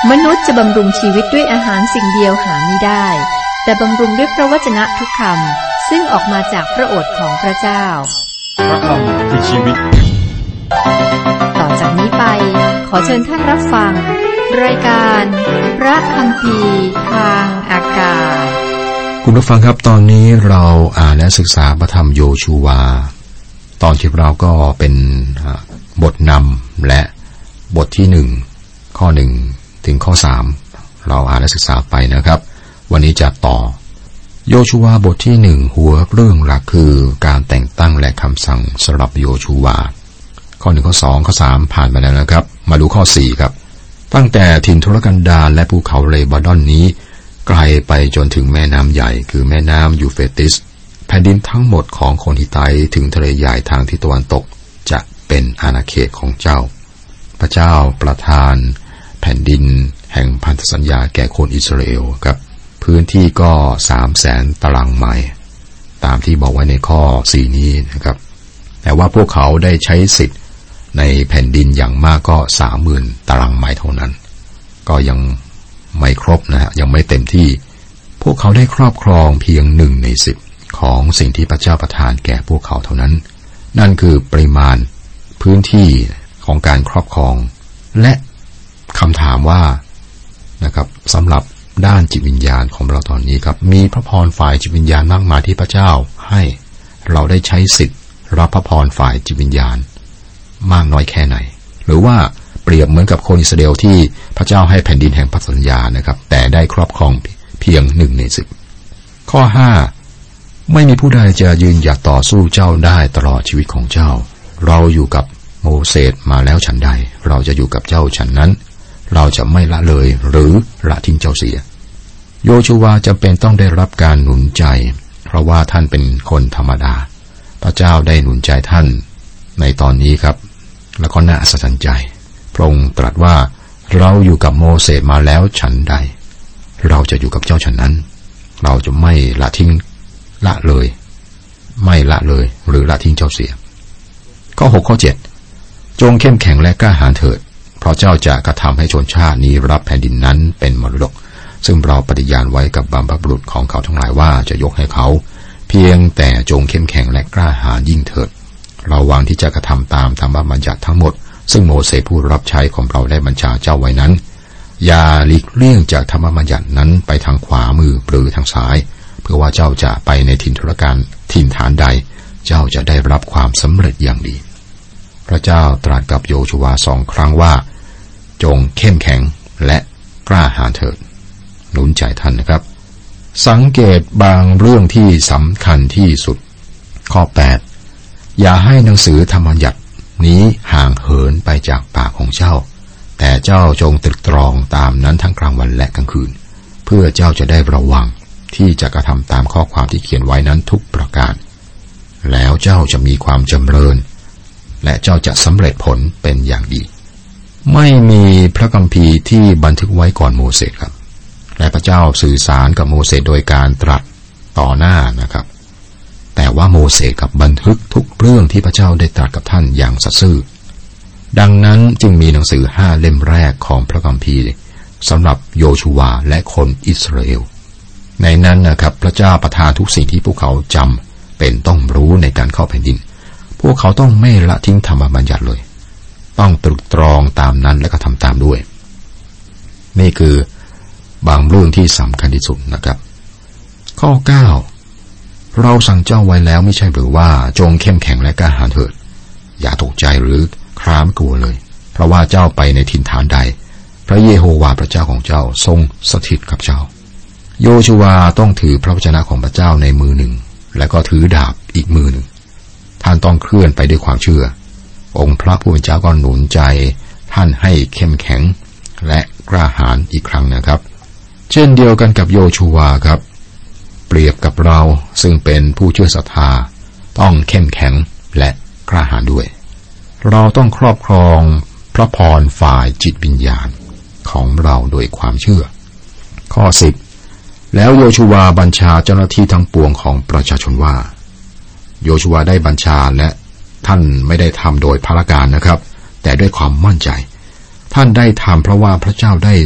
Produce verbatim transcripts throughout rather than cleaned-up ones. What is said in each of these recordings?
มนุษย์จะบำรุงชีวิตด้วยอาหารสิ่งเดียวหาไม่ได้แต่บำรุงด้วยพระวจนะทุกคำซึ่งออกมาจากพระโอษฐ์ของพระเจ้าพระคำคือชีวิตต่อจากนี้ไปขอเชิญท่านรับฟังรายการพระคัมภีร์ทางอากาศคุณผู้ฟังครับตอนนี้เราอ่านและศึกษาพระธรรมโยชูวาตอนที่เราก็เป็นบทนำและบทที่หนึ่งข้อหนึ่งถึงข้อสามเราอ่านและศึกษาไปนะครับวันนี้จะต่อโยชูวาบทที่หนึ่งหัวเรื่องหลักคือการแต่งตั้งและคำสั่งสำหรับโยชูวาข้อหนึ่งข้อสองข้อสามผ่านไปแล้วนะครับมาดูข้อสี่ครับตั้งแต่ถิ่นทุรกันดารและภูเขาเลบานอนนี้ไกลไปจนถึงแม่น้ำใหญ่คือแม่น้ำยูเฟรติสแผ่นดินทั้งหมดของคนฮิตไตถึงทะเลใหญ่ทางทิศตะวันตกจะเป็นอาณาเขตของเจ้าพระเจ้าประทานแผ่นดินแห่งพันธสัญญาแก่คนอิสราเอลครับพื้นที่ก็สามแสนตารางไมล์ตามที่บอกไว้ในข้อสี่นี้นะครับแต่ว่าพวกเขาได้ใช้สิทธิ์ในแผ่นดินอย่างมากก็สามหมื่นตารางไมล์เท่านั้นก็ยังไม่ครบนะฮะยังไม่เต็มที่พวกเขาได้ครอบครองเพียงหนึ่งในสิบของสิ่งที่พระเจ้าประทานแก่พวกเขาเท่านั้นนั่นคือปริมาณพื้นที่ของการครอบครองและคำถามว่านะครับสำหรับด้านจิตวิญญาณของเราตอนนี้ครับมีพระพรฝ่ายจิตวิญญาณมากมายที่พระเจ้าให้เราได้ใช้สิทธิ์รับพระพรฝ่ายจิตวิญญาณมากน้อยแค่ไหนหรือว่าเปรียบเหมือนกับคนอิสราเอลที่พระเจ้าให้แผ่นดินแห่งพันธสัญญานะครับแต่ได้ครอบครองเพียงหนึ่งในสิบข้อห้าไม่มีผู้ใดจะยืนหยัดต่อสู้เจ้าได้ตลอดชีวิตของเจ้าเราอยู่กับโมเสสมาแล้วฉันใดเราจะอยู่กับเจ้าฉันนั้นเราจะไม่ละเลยหรือละทิ้งเจ้าเสียโยชูวาจำเป็นต้องได้รับการหนุนใจเพราะว่าท่านเป็นคนธรรมดาพระเจ้าได้หนุนใจท่านในตอนนี้ครับแล้วก็น่าอัศจรรย์ใจพระองค์ตรัสว่าเราอยู่กับโมเสสมาแล้วฉันใดเราจะอยู่กับเจ้าฉันนั้นเราจะไม่ละทิ้งละเลยไม่ละเลยหรือละทิ้งเจ้าเสียข้อหกข้อเจ็ดจงเข้มแข็งและกล้าหาญเถิดเพราะเจ้าจะกระทำให้ชนชาตินี้รับแผ่นดินนั้นเป็นมรดกซึ่งเราปฏิญาณไว้กับบรรพบุรุษของเขาทั้งหลายว่าจะยกให้เขาเพียงแต่จงเข้มแข็งและกล้าหาญยิ่งเถิดเราหวังที่จะกระทำตามธรรมบัญญัติทั้งหมดซึ่งโมเสสผู้รับใช้ของเราได้บัญชาเจ้าไว้นั้นอย่าหลีกเลี่ยงจากธรรมบัญญัตินั้นไปทางขวามือหรือทางซ้ายเพื่อว่าเจ้าจะไปในถิ่นทุรกันถิ่นฐานใดเจ้าจะได้รับความสำเร็จอย่างดีพระเจ้าตรัสกับโยชูวาสองครั้งว่าจงเข้มแข็งและกล้าหาญเถิดหนุนใจท่านนะครับสังเกตบางเรื่องที่สำคัญที่สุดข้อแปดอย่าให้หนังสือธรรมบัญญัตินี้ห่างเหินไปจากปากของเจ้าแต่เจ้าจงตรึกตรองตามนั้นทั้งกลางวันและกลางคืนเพื่อเจ้าจะได้ระวังที่จะกระทำตามข้อความที่เขียนไว้นั้นทุกประการแล้วเจ้าจะมีความจำเริญและเจ้าจะสำเร็จผลเป็นอย่างดีไม่มีพระคัมภีร์ที่บันทึกไว้ก่อนโมเสสครับและพระเจ้าสื่อสารกับโมเสสโดยการตรัสต่อหน้านะครับแต่ว่าโมเสสกับบันทึกทุกเรื่องที่พระเจ้าได้ตรัสกับท่านอย่างสัตย์ซื่อดังนั้นจึงมีหนังสือห้าเล่มแรกของพระคัมภีร์สำหรับโยชูวาและคนอิสราเอลในนั้นนะครับพระเจ้าประทานทุกสิ่งที่พวกเขาจำเป็นต้องรู้ในการเข้าแผ่นดินพวกเขาต้องไม่ละทิ้งธรรมบัญญัติเลยต้องตรึกตรองตามนั้นและก็ทำตามด้วยนี่คือบางเรื่องที่สำคัญที่สุดนะครับข้อเก้าเราสั่งเจ้าไว้แล้วไม่ใช่หรือว่าจงเข้มแข็งและกล้าหาญเถิดอย่าตกใจหรือคร้ามกลัวเลยเพราะว่าเจ้าไปในถิ่นฐานใดพระเยโฮวาห์พระเจ้าของเจ้าทรงสถิตกับเจ้าโยชูวาต้องถือพระวจนะของพระเจ้าในมือหนึ่งและก็ถือดาบอีกมือหนึ่งท่านต้องเคลื่อนไปด้วยความเชื่อองค์พระผู้เป็นเจ้าก็หนุนใจท่านให้เข้มแข็งและกล้าหาญอีกครั้งนะครับเช่นเดียวกันกับโยชูวาครับเปรียบกับเราซึ่งเป็นผู้เชื่อศรัทธาต้องเข้มแข็งและกล้าหาญด้วยเราต้องครอบครองพระพรฝ่ายจิตวิญญาณของเราโดยความเชื่อข้อสิบแล้วโยชูวาบัญชาเจ้าหน้าที่ทั้งปวงของประชาชนว่าโยชูวาได้บัญชาและท่านไม่ได้ทำโดยพละการนะครับแต่ด้วยความมั่นใจท่านได้ทำเพราะว่าพระเจ้าได้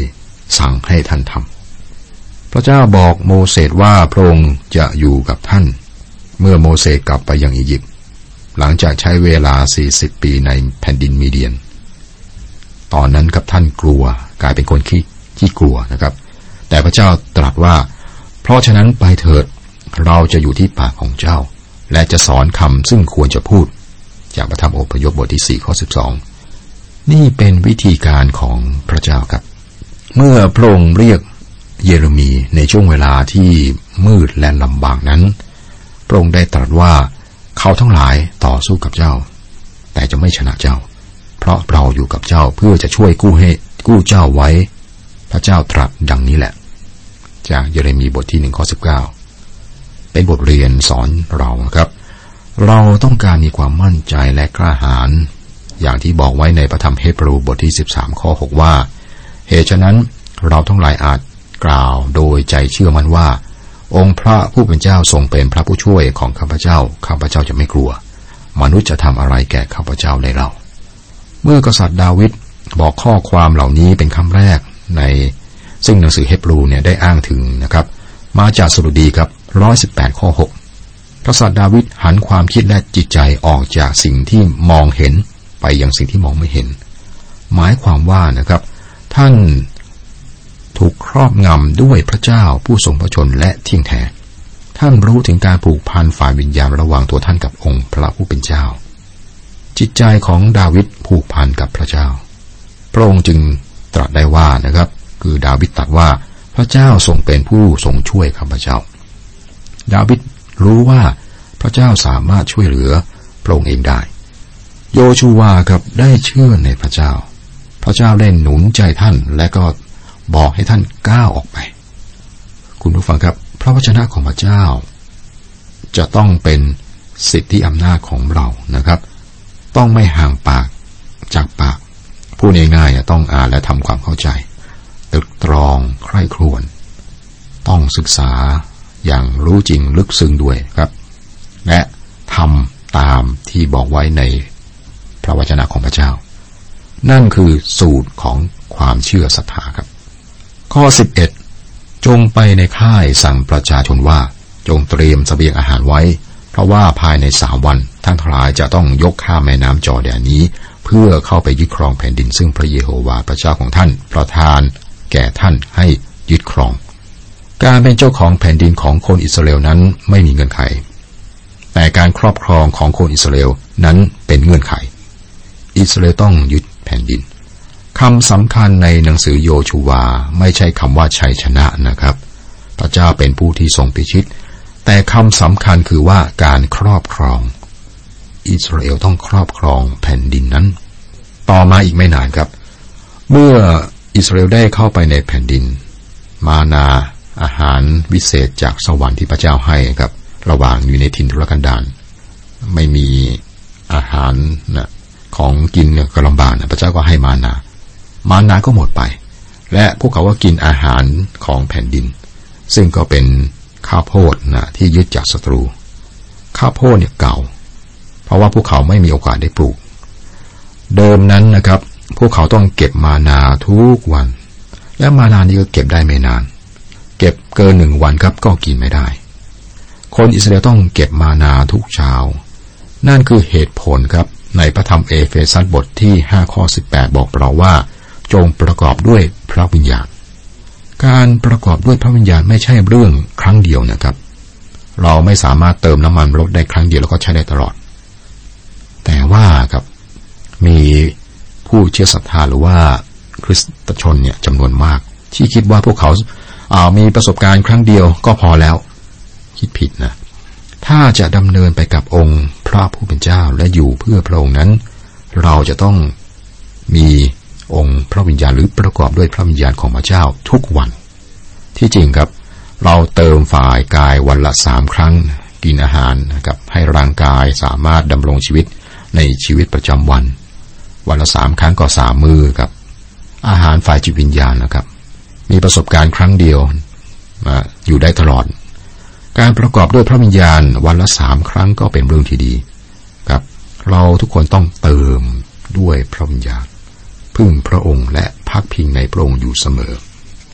สั่งให้ท่านทำพระเจ้าบอกโมเสสว่าพระองค์จะอยู่กับท่านเมื่อโมเสสกลับไปยังอียิปต์หลังจากใช้เวลาสี่สิบปีในแผ่นดินมีเดียนตอนนั้นครับท่านกลัวกลายเป็นคนขี้ขี้กลัวนะครับแต่พระเจ้าตรัสว่าเพราะฉะนั้นไปเถิดเราจะอยู่ที่ปากของเจ้าและจะสอนคำซึ่งควรจะพูดจากพระธรรมอพยพบทที่สี่ข้อสิบสองนี่เป็นวิธีการของพระเจ้าครับเมื่อพระองค์เรียกเยเรมีในช่วงเวลาที่มืดและลำบากนั้นพระองค์ได้ตรัสว่าเขาทั้งหลายต่อสู้กับเจ้าแต่จะไม่ชนะเจ้าเพราะเราอยู่กับเจ้าเพื่อจะช่วยกู้ให้กู้เจ้าไว้พระเจ้าตรัสดังนี้แหละจากเยเรมีบทที่หนึ่งข้อสิบเก้าเป็นบทเรียนสอนเราครับเราต้องการมีความมั่นใจและกล้าหาญอย่างที่บอกไว้ในพระธรรมเฮบรูบทที่สิบสามข้อหกว่าเหตุฉะนั้นเราทั้งหลายอาจกล่าวโดยใจเชื่อมั่นว่าองค์พระผู้เป็นเจ้าทรงเป็นพระผู้ช่วยของข้าพเจ้าข้าพเจ้าจะไม่กลัวมนุษย์จะทำอะไรแก่ข้าพเจ้าได้เล่าเมื่อกษัตริย์ดาวิดบอกข้อความเหล่านี้เป็นคำแรกในซึ่งหนังสือเฮบรูเนี่ยได้อ้างถึงนะครับมาจากสดุดีครับหนึ่งร้อยสิบแปดข้อหกกษัตริย์ดาวิดหันความคิดและจิตใจออกจากสิ่งที่มองเห็นไปยังสิ่งที่มองไม่เห็นหมายความว่านะครับท่านถูกครอบงำด้วยพระเจ้าผู้ทรงพระชนและเที่ยงแท้ท่านรู้ถึงการผูกพันฝ่ายวิญญาณระหว่างตัวท่านกับองค์พระผู้เป็นเจ้าจิตใจของดาวิดผูกพันกับพระเจ้าพระองค์จึงตรัสได้ว่านะครับคือดาวิดตรัสว่าพระเจ้าทรงเป็นผู้ทรงช่วยข้าพเจ้าดาวิดรู้ว่าพระเจ้าสามารถช่วยเหลือพระองค์เองได้โยชูวาครับได้เชื่อในพระเจ้าพระเจ้าได้หนุนใจท่านและก็บอกให้ท่านก้าวออกไปคุณผู้ฟังครับพระวจนะของพระเจ้าจะต้องเป็นสิทธิอำนาจของเรานะครับต้องไม่ห่างปากจากปากพูดง่ายๆต้องอ่านและทำความเข้าใจตรึกตรองใคร่ครวญต้องศึกษาอย่างรู้จริงลึกซึ้งด้วยครับและทำตามที่บอกไว้ในพระวจนะของพระเจ้านั่นคือสูตรของความเชื่อศรัทธาครับข้อสิบเอ็ดจงไปในค่ายสั่งประชาชนว่าจงเตรียมเสบียงอาหารไว้เพราะว่าภายในสามวันท่านทั้งหลายจะต้องยกข้ามแม่น้ำจอร์แดนนี้เพื่อเข้าไปยึดครองแผ่นดินซึ่งพระเยโฮวาห์พระเจ้าของท่านประทานแก่ท่านให้ยึดครองการเป็นเจ้าของแผ่นดินของคนอิสราเอลนั้นไม่มีเงื่อนไขแต่การครอบครองของคนอิสราเอลนั้นเป็นเงื่อนไขอิสราเอลต้องยึดแผ่นดินคำสำคัญในหนังสือโยชูวาไม่ใช่คำว่าชัยชนะนะครับพระเจ้าเป็นผู้ที่ทรงพิชิตแต่คำสำคัญคือว่าการครอบครองอิสราเอลต้องครอบครองแผ่นดินนั้นต่อมาอีกไม่นานครับเมื่ออิสราเอลได้เข้าไปในแผ่นดินมานาอาหารวิเศษจากสวรรค์ที่พระเจ้าให้ครับระหว่างอยู่ในถิ่นทุรกันดารไม่มีอาหารนะของกินก็ลำบากนะพระเจ้าก็ให้มานามานาก็หมดไปและพวกเขาก็กินอาหารของแผ่นดินซึ่งก็เป็นข้าวโพดนะที่ยึดจากศัตรูข้าวโพดเนี่ยเก่าเพราะว่าพวกเขาไม่มีโอกาสได้ปลูกเดิมนั้นนะครับพวกเขาต้องเก็บมานาทุกวันและมานานี้ก็เก็บได้ไม่นานเก็บเกินหนึ่งวันครับก็กินไม่ได้คนอิสราเอลต้องเก็บมานาทุกเช้านั่นคือเหตุผลครับในพระธรรมเอเฟซัสบทที่ห้าข้อสิบแปดบอกเราว่าจงประกอบด้วยพระวิญญาณการประกอบด้วยพระวิญญาณไม่ใช่เรื่องครั้งเดียวนะครับเราไม่สามารถเติมน้ำมันรถได้ครั้งเดียวแล้วก็ใช้ได้ตลอดแต่ว่าครับมีผู้เชื่อศรัทธาหรือว่าคริสตชนเนี่ยจำนวนมากที่คิดว่าพวกเขาเอามีประสบการณ์ครั้งเดียวก็พอแล้วคิดผิดนะถ้าจะดำเนินไปกับองค์พระผู้เป็นเจ้าและอยู่เพื่อพระองค์นั้นเราจะต้องมีองค์พระวิญญาณหรือประกอบด้วยพระวิญญาณของพระเจ้าทุกวันที่จริงครับเราเติมฝ่ายกายวันละสามครั้งกินอาหารนะครับให้ร่างกายสามารถดำรงชีวิตในชีวิตประจำวันวันละสามครั้งก็สามมื้อครับอาหารฝ่ายจิตวิญญาณนะครับมีประสบการณ์ครั้งเดียวมาอยู่ได้ตลอดการประกอบด้วยพระวิญญาณวันละสามครั้งก็เป็นเรื่องที่ดีครับเราทุกคนต้องเติมด้วยพระวิญญาณพึ่งพระองค์และพักพิงในพระองค์อยู่เสมอ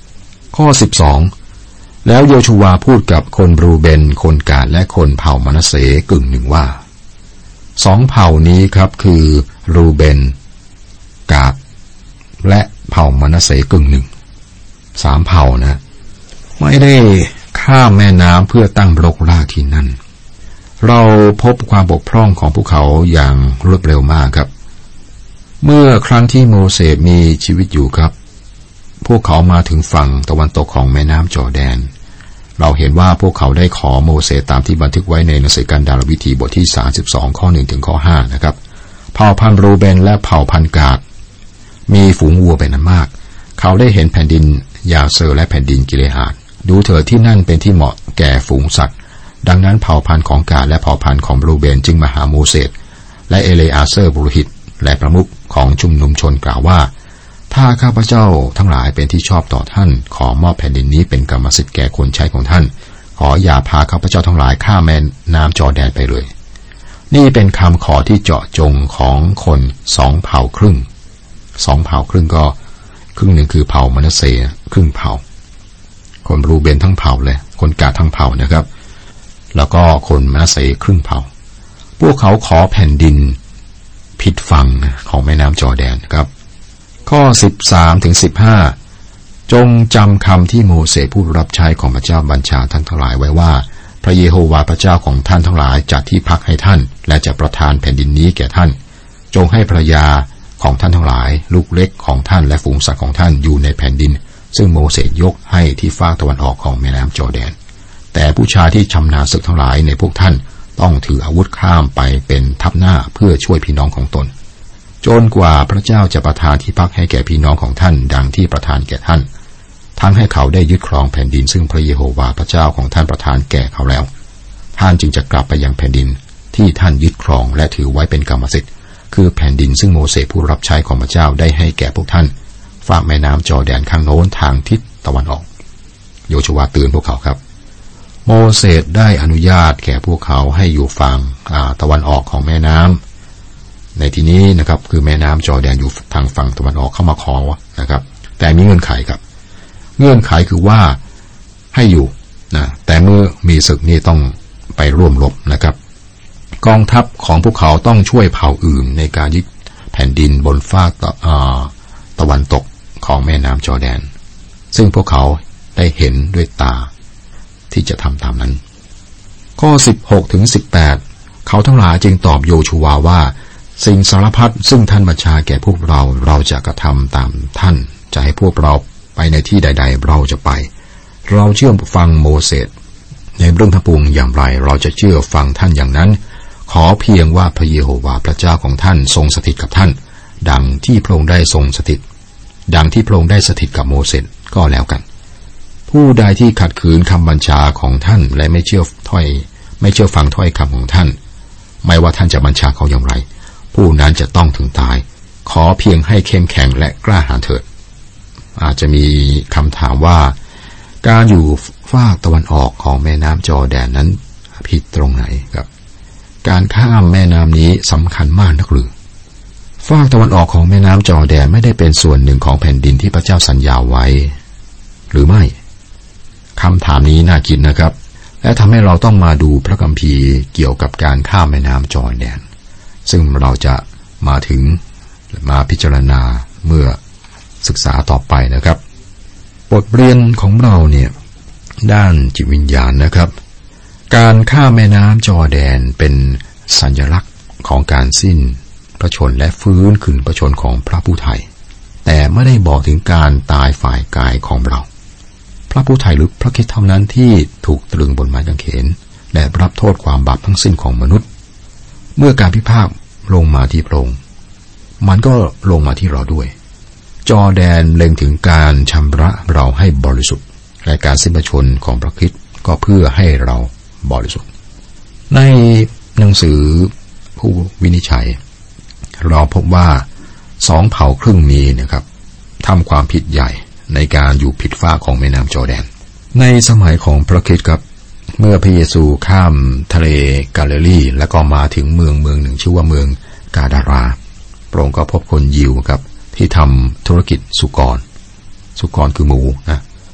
ข้อสิบสองแล้วโยชูวาพูดกับคนรูเบนคนกาดและคนเผ่ามนาเสกึ่งหนึ่งว่าสองเผ่านี้ครับคือรูเบนกาดและเผ่ามนาเสกึ่งหนึ่งสามเผ่านะไม่ได้ข้ามแม่น้ำเพื่อตั้งรกรากที่นั่นเราพบความบกพร่องของพวกเขาอย่างรวดเร็วมากครับเมื่อครั้งที่โมเสสมีชีวิตอยู่ครับพวกเขามาถึงฝั่งตะวันตกของแม่น้ำจอร์แดนเราเห็นว่าพวกเขาได้ขอโมเสสตามที่บันทึกไว้ในหนังสือการดาลวิธีบทที่สามสิบสองข้อหนึ่งถึงข้อห้านะครับเผ่าพันธุ์รูเบนและเผ่าพันธุ์กาดมีฝูงวัวเป็นอันมากเขาได้เห็นแผ่นดินยาเซอร์และแผ่นดินกิเลอาดดูเถิดที่นั่นเป็นที่เหมาะแก่ฝูงสัตว์ดังนั้นเผ่าพันธุ์ของกาดและเผ่าพันธุ์ของรูเบนจึงมาหาโมเสสและเอเลอาเซอร์บุรุษและประมุขของชุมนุมชนกล่าวว่าถ้าข้าพเจ้าทั้งหลายเป็นที่ชอบต่อท่านขอมอบแผ่นดินนี้เป็นกรรมสิทธิ์แก่คนใช้ของท่านขออย่าพาข้าพเจ้าทั้งหลายข้ามแม่น้ำจอร์แดนไปเลยนี่เป็นคำขอที่เจาะจงของคนสองเผ่าครึ่งสองเผ่าครึ่งก็ครึ่งหนึ่งคือเผ่ามนาเสครึ่งเผ่าคนรูเบนทั้งเผ่าเลยคนกาดทั้งเผ่านะครับแล้วก็คนมนาเสครึ่งเผ่าพวกเขาขอแผ่นดินผิดฝั่งของแม่น้ำจอร์แดนครับข้อสิบสามถึงสิบห้าจงจำคำที่โมเสสผู้รับใช้ของพระเจ้าบัญชาท่านทั้งหลายไว้ว่าพระเยโฮวาห์พระเจ้าของท่านทั้งหลายจัดที่พักให้ท่านและจะประทานแผ่นดินนี้แก่ท่านจงให้ภรรยาของท่านทั้งหลายลูกเล็กของท่านและฝูงสัตว์ของท่านอยู่ในแผ่นดินซึ่งโมเสสยกให้ที่ฝั่งตะวันออกของแม่น้ำจอร์แดนแต่ผู้ชายที่ชำนาญศึกทั้งหลายในพวกท่านต้องถืออาวุธข้ามไปเป็นทัพหน้าเพื่อช่วยพี่น้องของตนจนกว่าพระเจ้าจะประทานที่พักให้แก่พี่น้องของท่านดังที่ประทานแก่ท่านทั้งให้เขาได้ยึดครองแผ่นดินซึ่งพระเยโฮวาห์พระเจ้าของท่านประทานแก่เขาแล้วท่านจึงจะกลับไปยังแผ่นดินที่ท่านยึดครองและถือไว้เป็นกรรมสิทธิ์คือแผ่นดินซึ่งโมเสสผู้รับใช้ของพระเจ้าได้ให้แก่พวกท่านฝั่งแม่น้ำจอร์แดนข้างโน้นทางทิศตะวันออกโยชูวาเตือนพวกเขาครับโมเสสได้อนุญาตแก่พวกเขาให้อยู่ฝั่งตะวันออกของแม่น้ำในที่นี้นะครับคือแม่น้ำจอร์แดนอยู่ทางฝั่งตะวันออกเข้ามาขอนะครับแต่มีเงื่อนไขครับเงื่อนไขคือว่าให้อยู่นะแต่เมื่อมีศึกนี่ต้องไปร่วมรบนะครับกองทัพของพวกเขาต้องช่วยเผ่าอื่นในการยึดแผ่นดินบนฟากตะวันตกของแม่น้ำจอร์แดนซึ่งพวกเขาได้เห็นด้วยตาที่จะทำตามนั้นข้อสิบหกถึงสิบแปดเขาทั้งหลายจึงตอบโยชูวาว่าสิ่งสารพัดซึ่งท่านบัญชาแก่พวกเราเราจะกระทำตามท่านจะให้พวกเราไปในที่ใดๆเราจะไปเราเชื่อฟังโมเสสในเรื่องทั้งปวงอย่างไรเราจะเชื่อฟังท่านอย่างนั้นขอเพียงว่าพระเยโฮวาห์พระเจ้าของท่านทรงสถิตกับท่านดังที่พระองค์ได้ทรงสถิตดังที่พระองค์ได้สถิตกับโมเสสก็แล้วกันผู้ใดที่ขัดขืนคำบัญชาของท่านและไม่เชื่อถ้อยไม่เชื่อฟังถ้อยคำของท่านไม่ว่าท่านจะบัญชาเขาอย่างไรผู้นั้นจะต้องถึงตายขอเพียงให้เข้มแข็งและกล้าหาญเถิดอาจจะมีคำถามว่าการอยู่ฝั่งตะวันออกของแม่น้ำจอร์แดนนั้นผิดตรงไหนครับการข้ามแม่น้ำนี้สำคัญมากนักหรือฝั่งตะวันออกของแม่น้ำจอร์แดนไม่ได้เป็นส่วนหนึ่งของแผ่นดินที่พระเจ้าสัญญาไว้หรือไม่คำถามนี้น่าคิดนะครับและทำให้เราต้องมาดูพระคัมภีร์เกี่ยวกับการข้ามแม่น้ำจอร์แดนซึ่งเราจะมาถึงมาพิจารณาเมื่อศึกษาต่อไปนะครับบทเรียนของเราเนี่ยด้านจิตวิญญาณนะครับการข้ามแม่น้ำจอร์แดนเป็นสัญลักษณ์ของการสิ้นพระชนและฟื้นคืนพระชนของพระผู้ไถ่แต่ไม่ได้บอกถึงการตายฝ่ายกายของเราพระผู้ไถ่หรือพระคริสต์เท่านั้นที่ถูกตรึงบนไม้กางเขนและรับโทษความบาปทั้งสิ้นของมนุษย์เมื่อการพิพากษาลงมาที่พระองค์มันก็ลงมาที่เราด้วยจอร์แดนเล็งถึงการชำระเราให้บริสุทธิ์และการสิ้นพระชนของพระคริสต์ก็เพื่อให้เราบริสุทธิ์ในหนังสือผู้วินิจฉัยเราพบว่าสองเผ่าครึ่งนี้นะครับทำความผิดใหญ่ในการอยู่ผิดฝั่งของแม่น้ำจอร์แดนในสมัยของพระคริสต์ครับเมื่อพระเยซูข้ามทะเลกาลิลีแล้วก็มาถึงเมืองเมืองหนึ่งชื่อว่าเมืองกาดาราพระองค์ก็พบคนยิวครับที่ทำธุรกิจสุกรสุกรคือหมูนะ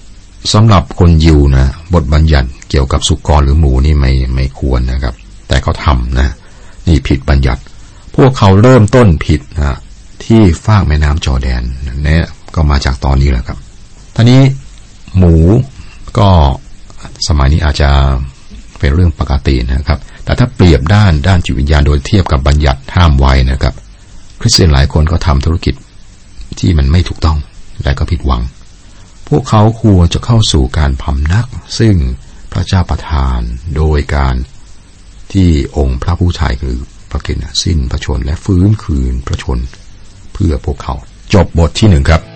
สำหรับคนยิวนะบทบัญญัติเกี่ยวกับสุกรหรือหมูนี่ไม่ไม่ควรนะครับแต่เขาทำนะนี่ผิดบัญญัติพวกเขาเริ่มต้นผิดนะที่ฟากแม่น้ำจอร์แดนเนี่ยก็มาจากตอนนี้แหละครับทีนี้หมูก็สมัยนี้อาจจะเป็นเรื่องปกตินะครับแต่ถ้าเปรียบด้านด้านจิตวิญญาณโดยเทียบกับบัญญัติห้ามไว้นะครับคริสเตียนหลายคนก็ทำธุรกิจที่มันไม่ถูกต้องและก็ผิดหวังพวกเขาควรจะเข้าสู่การพำนักซึ่งพระเจ้าประทานโดยการที่องค์พระผู้ไถ่คือพระกิตติสิ้นพระชนและฟื้นคืนพระชนเพื่อพวกเขาจบบทที่หนึ่งครับ